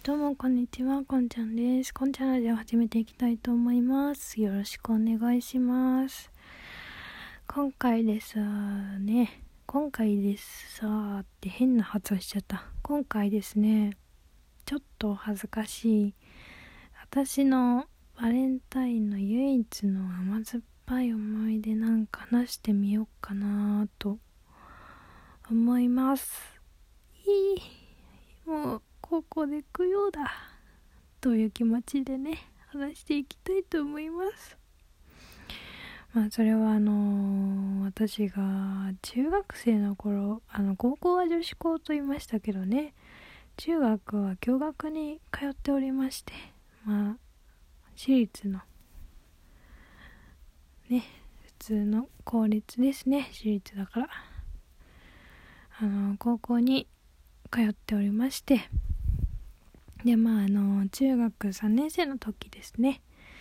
どうもこんにちは、こんちゃんです。こんちゃんラジオ始めていきたいと思います。よろしくお願いします。今回ですって変な発音しちゃった。今回ですね、ちょっと恥ずかしい私のバレンタインの唯一の甘酸っぱい思い出なんか話してみようかなと思います。もう高校で供養だという気持ちでね話していきたいと思います。それは私が中学生の頃、高校は女子校と言いましたけどね、中学は共学に通っておりまして、私立のね、普通の公立ですね、私立だから高校に通っておりまして、で中学3年生の時ですね、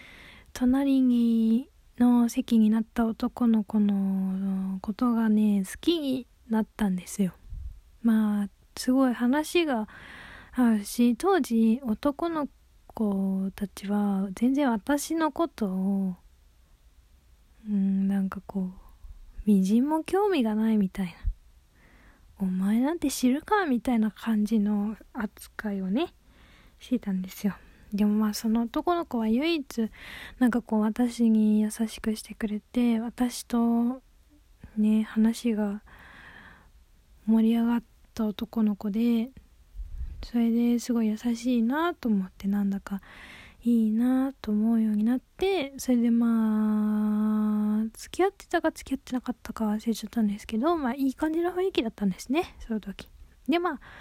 隣の席になった男の子のことがね好きになったんですよ。すごい話が合うし、当時男の子たちは全然私のことをみじんも興味がないみたいな、お前なんて知るかみたいな感じの扱いをねしてたんですよ。でもその男の子は唯一私に優しくしてくれて、私とね話が盛り上がった男の子で、それですごい優しいなと思って、なんだかいいなと思うようになって、それで付き合ってたか付き合ってなかったか忘れちゃったんですけど、いい感じの雰囲気だったんですね、その時で。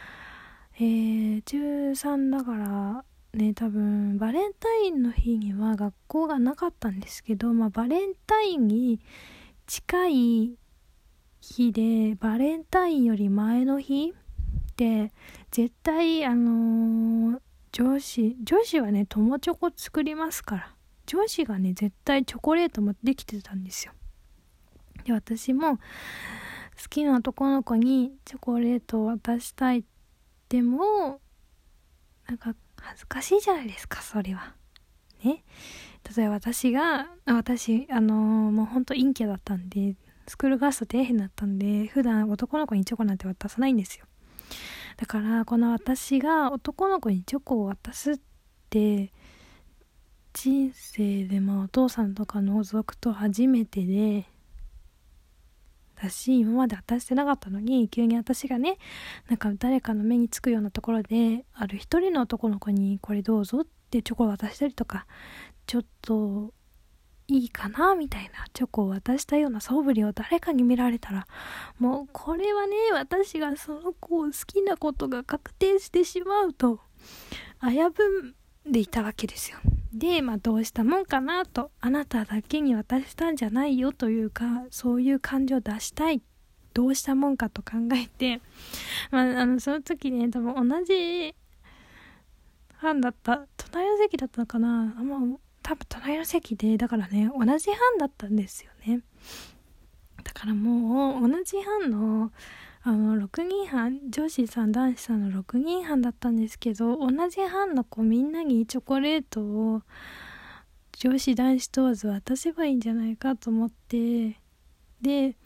中3だからね、多分バレンタインの日には学校がなかったんですけど、バレンタインに近い日で、バレンタインより前の日って絶対女子はね友チョコ作りますから、女子がね絶対チョコレート持ってきてたんですよ。で、私も好きな男の子にチョコレートを渡したい。でも恥ずかしいじゃないですか、それはね。例えば私もうほんと陰キャだったんで、スクールカースト底辺だったんで、普段男の子にチョコなんて渡さないんですよ。だからこの私が男の子にチョコを渡すって人生でお父さんとか除くと初めてで、今まで渡してなかったのに、急に私がね誰かの目につくようなところである一人の男の子にこれどうぞってチョコを渡したりとか、ちょっといいかなみたいなチョコを渡したような素振りを誰かに見られたら、もうこれはね私がその子を好きなことが確定してしまうと危ぶんでいたわけですよ。でどうしたもんかなと、あなただけに渡したんじゃないよというか、そういう感情を出したい、どうしたもんかと考えて、その時ね多分同じ班だった、隣の席だったのかな、多分隣の席で、だからね同じ班だったんですよね。だからもう同じ班の6人班、女子さん男子さんの6人班だったんですけど、同じ班の子みんなにチョコレートを女子男子問わず渡せばいいんじゃないかと思って、で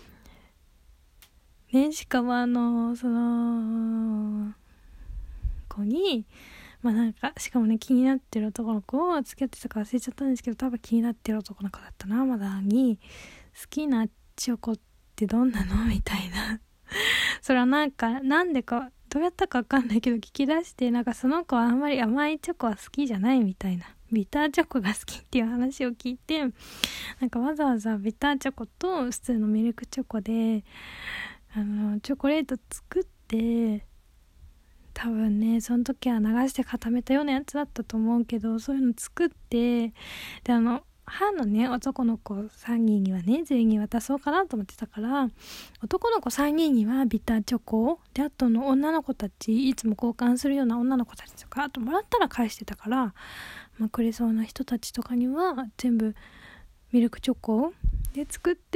ね、しかもその子にしかもね気になってる男の子を付き合ってたか忘れちゃったんですけど、多分気になってる男の子だったな、に好きなチョコってどんなのみたいなそれはなんでかどうやったか分かんないけど聞き出して、その子はあんまり甘いチョコは好きじゃないみたいな、ビターチョコが好きっていう話を聞いて、わざわざビターチョコと普通のミルクチョコでチョコレート作って、多分ねその時は流して固めたようなやつだったと思うけど、そういうの作って、で班のね男の子3人にはね全員に渡そうかなと思ってたから、男の子3人にはビターチョコで、あとの女の子たち、いつも交換するような女の子たちとか、あともらったら返してたから、くれそうな人たちとかには全部ミルクチョコで作って、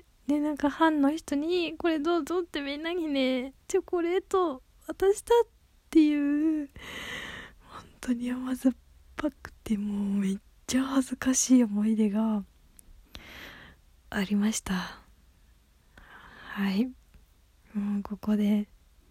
で班の人にこれどうぞってみんなにねチョコレート渡したっていう、 当に甘酸っぱくて、もうめっちゃ恥ずかしい思い出がありました。はい、もうここで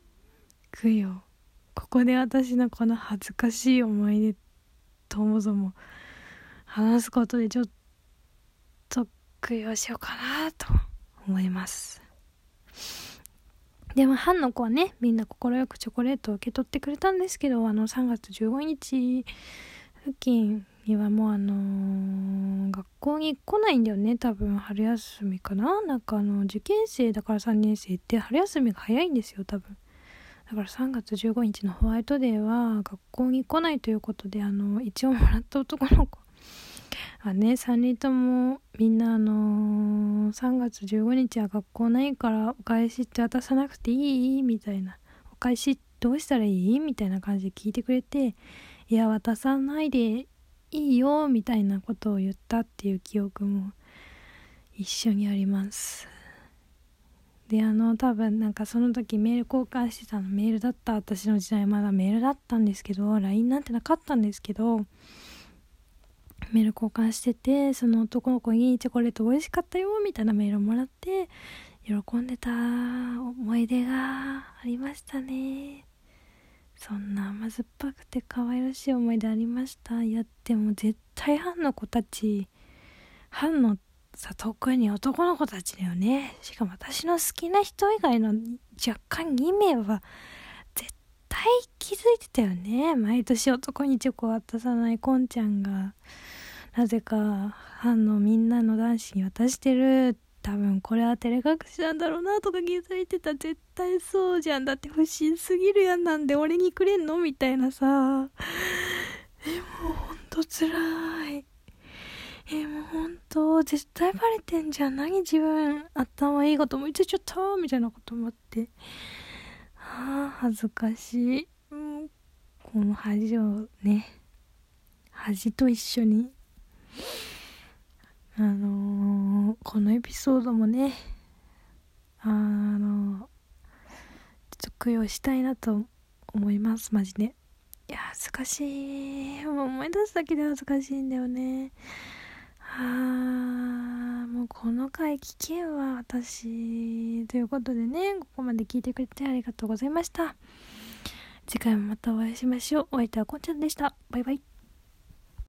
ここで私のこの恥ずかしい思い出ともども話すことでちょっと供養しようかなと思います。でも班の子はね、みんな快くチョコレートを受け取ってくれたんですけど、3月15日付近にはもう学校に来ないんだよね。多分春休みかな。なんか受験生だから3年生って春休みが早いんですよ、多分。だから3月15日のホワイトデーは学校に来ないということで、一応もらった男の子はね、3人ともみんな3月15日は学校ないからお返しって渡さなくていいみたいな、お返しどうしたらいいみたいな感じで聞いてくれて、いや渡さないでいいよみたいなことを言ったっていう記憶も一緒にあります。で多分なんかその時メール交換してたのメールだった。私の時代まだメールだったんですけど、 LINE なんてなかったんですけど、メール交換してて、その男の子にチョコレート美味しかったよみたいなメールをもらって喜んでた思い出がありましたね。そんな甘酸っぱくて可愛らしい思い出ありました。いやでも絶対班の子たち、班のさ、特に男の子たちだよね。しかも私の好きな人以外の若干2名は絶対気づいてたよね。毎年男にチョコを渡さないこんちゃんがなぜか班のみんなの男子に渡してる。多分これは照れ隠しなんだろうなとか気づいてた。絶対そうじゃん。だって不審すぎるやん。なんで俺にくれんのみたいなさ。もうほんとつらい。もうほんと絶対バレてんじゃん。何自分頭いいこと思いついちゃったみたいなこと思って、恥ずかしい。この恥をね、恥と一緒にこのエピソードもね、ちょっと供養したいなと思います。マジで。いや恥ずかしい。もう思い出すだけで恥ずかしいんだよね。もうこの回聞けんわ私。ということでね、ここまで聞いてくれてありがとうございました。次回もまたお会いしましょう。お相手はこんちゃんでした。バイバイ。